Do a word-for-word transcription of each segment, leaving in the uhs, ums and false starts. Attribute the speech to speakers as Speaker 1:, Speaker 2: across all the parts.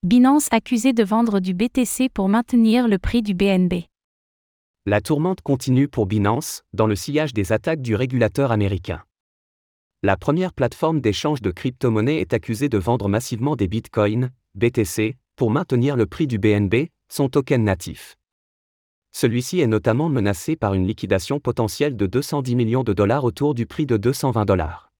Speaker 1: Binance accusé de vendre du B T C pour maintenir le prix du B N B.
Speaker 2: La tourmente continue pour Binance, dans le sillage des attaques du régulateur américain. La première plateforme d'échange de crypto-monnaies est accusée de vendre massivement des bitcoins, B T C, pour maintenir le prix du B N B, son token natif. Celui-ci est notamment menacé par une liquidation potentielle de deux cent dix millions de dollars autour du prix de deux cent vingt dollars.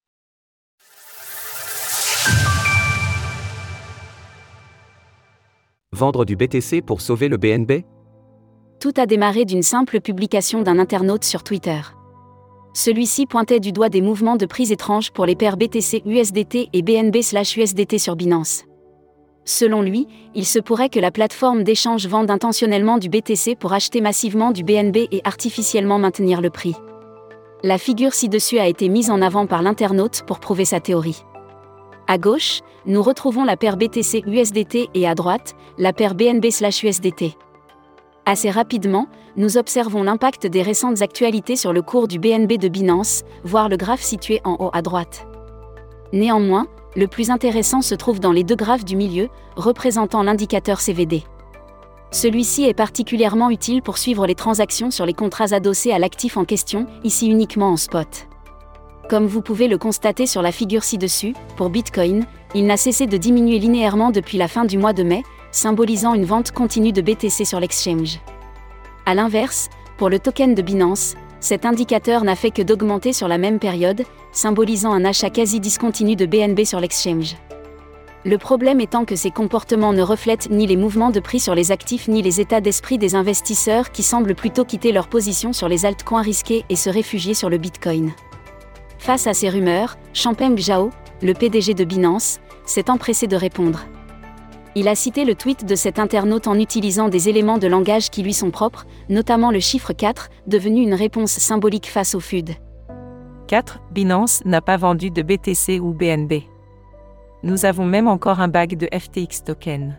Speaker 2: Vendre du B T C pour sauver le B N B ?
Speaker 3: Tout a démarré d'une simple publication d'un internaute sur Twitter. Celui-ci pointait du doigt des mouvements de prix étranges pour les paires B T C U S D T et B N B U S D T sur Binance. Selon lui, il se pourrait que la plateforme d'échange vende intentionnellement du B T C pour acheter massivement du B N B et artificiellement maintenir le prix. La figure ci-dessus a été mise en avant par l'internaute pour prouver sa théorie. À gauche, nous retrouvons la paire B T C U S D T et à droite, la paire B N B U S D T. Assez rapidement, nous observons l'impact des récentes actualités sur le cours du B N B de Binance, voire le graphe situé en haut à droite. Néanmoins, le plus intéressant se trouve dans les deux graphes du milieu, représentant l'indicateur C V D. Celui-ci est particulièrement utile pour suivre les transactions sur les contrats adossés à l'actif en question, ici uniquement en spot. Comme vous pouvez le constater sur la figure ci-dessus, pour Bitcoin, il n'a cessé de diminuer linéairement depuis la fin du mois de mai, symbolisant une vente continue de B T C sur l'exchange. A l'inverse, pour le token de Binance, cet indicateur n'a fait que d'augmenter sur la même période, symbolisant un achat quasi discontinu de B N B sur l'exchange. Le problème étant que ces comportements ne reflètent ni les mouvements de prix sur les actifs ni les états d'esprit des investisseurs qui semblent plutôt quitter leur position sur les altcoins risqués et se réfugier sur le Bitcoin. Face à ces rumeurs, Changpeng Zhao, le P D G de Binance, s'est empressé de répondre. Il a cité le tweet de cet internaute en utilisant des éléments de langage qui lui sont propres, notamment le chiffre quatre, devenu une réponse symbolique face au F U D.
Speaker 4: quatre. Binance n'a pas vendu de B T C ou B N B. Nous avons même encore un bag de F T X token.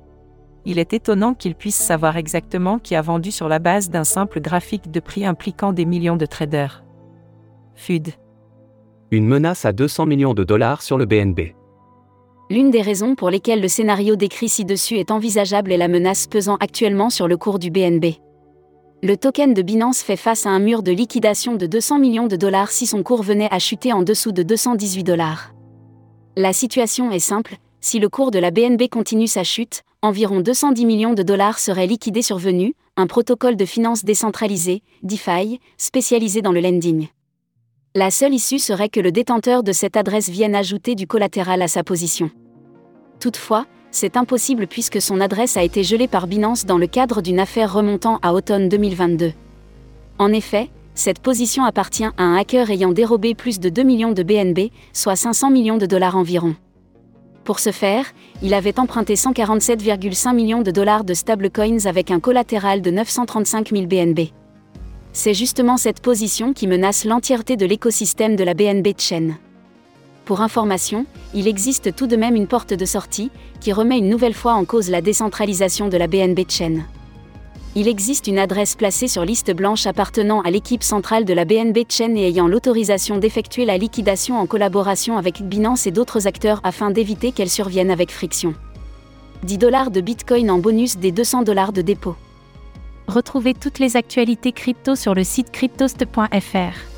Speaker 4: Il est étonnant qu'il puisse savoir exactement qui a vendu sur la base d'un simple graphique de prix impliquant des millions de traders. F U D.
Speaker 2: Une menace à deux cents millions de dollars sur le B N B.
Speaker 3: L'une des raisons pour lesquelles le scénario décrit ci-dessus est envisageable est la menace pesant actuellement sur le cours du B N B. Le token de Binance fait face à un mur de liquidation de deux cents millions de dollars si son cours venait à chuter en dessous de deux cent dix-huit dollars. La situation est simple, si le cours de la B N B continue sa chute, environ deux cent dix millions de dollars seraient liquidés sur Venue, un protocole de finance décentralisé, DeFi, spécialisé dans le lending. La seule issue serait que le détenteur de cette adresse vienne ajouter du collatéral à sa position. Toutefois, c'est impossible puisque son adresse a été gelée par Binance dans le cadre d'une affaire remontant à automne deux mille vingt-deux. En effet, cette position appartient à un hacker ayant dérobé plus de deux millions de B N B, soit cinq cents millions de dollars environ. Pour ce faire, il avait emprunté cent quarante-sept virgule cinq millions de dollars de stablecoins avec un collatéral de neuf cent trente-cinq mille B N B. C'est justement cette position qui menace l'entièreté de l'écosystème de la B N B chain. Pour information, il existe tout de même une porte de sortie, qui remet une nouvelle fois en cause la décentralisation de la B N B chain. Il existe une adresse placée sur liste blanche appartenant à l'équipe centrale de la B N B chain et ayant l'autorisation d'effectuer la liquidation en collaboration avec Binance et d'autres acteurs afin d'éviter qu'elle survienne avec friction. dix dollars de Bitcoin en bonus des deux cents dollars de dépôt.
Speaker 1: Retrouvez toutes les actualités crypto sur le site cryptost point f r.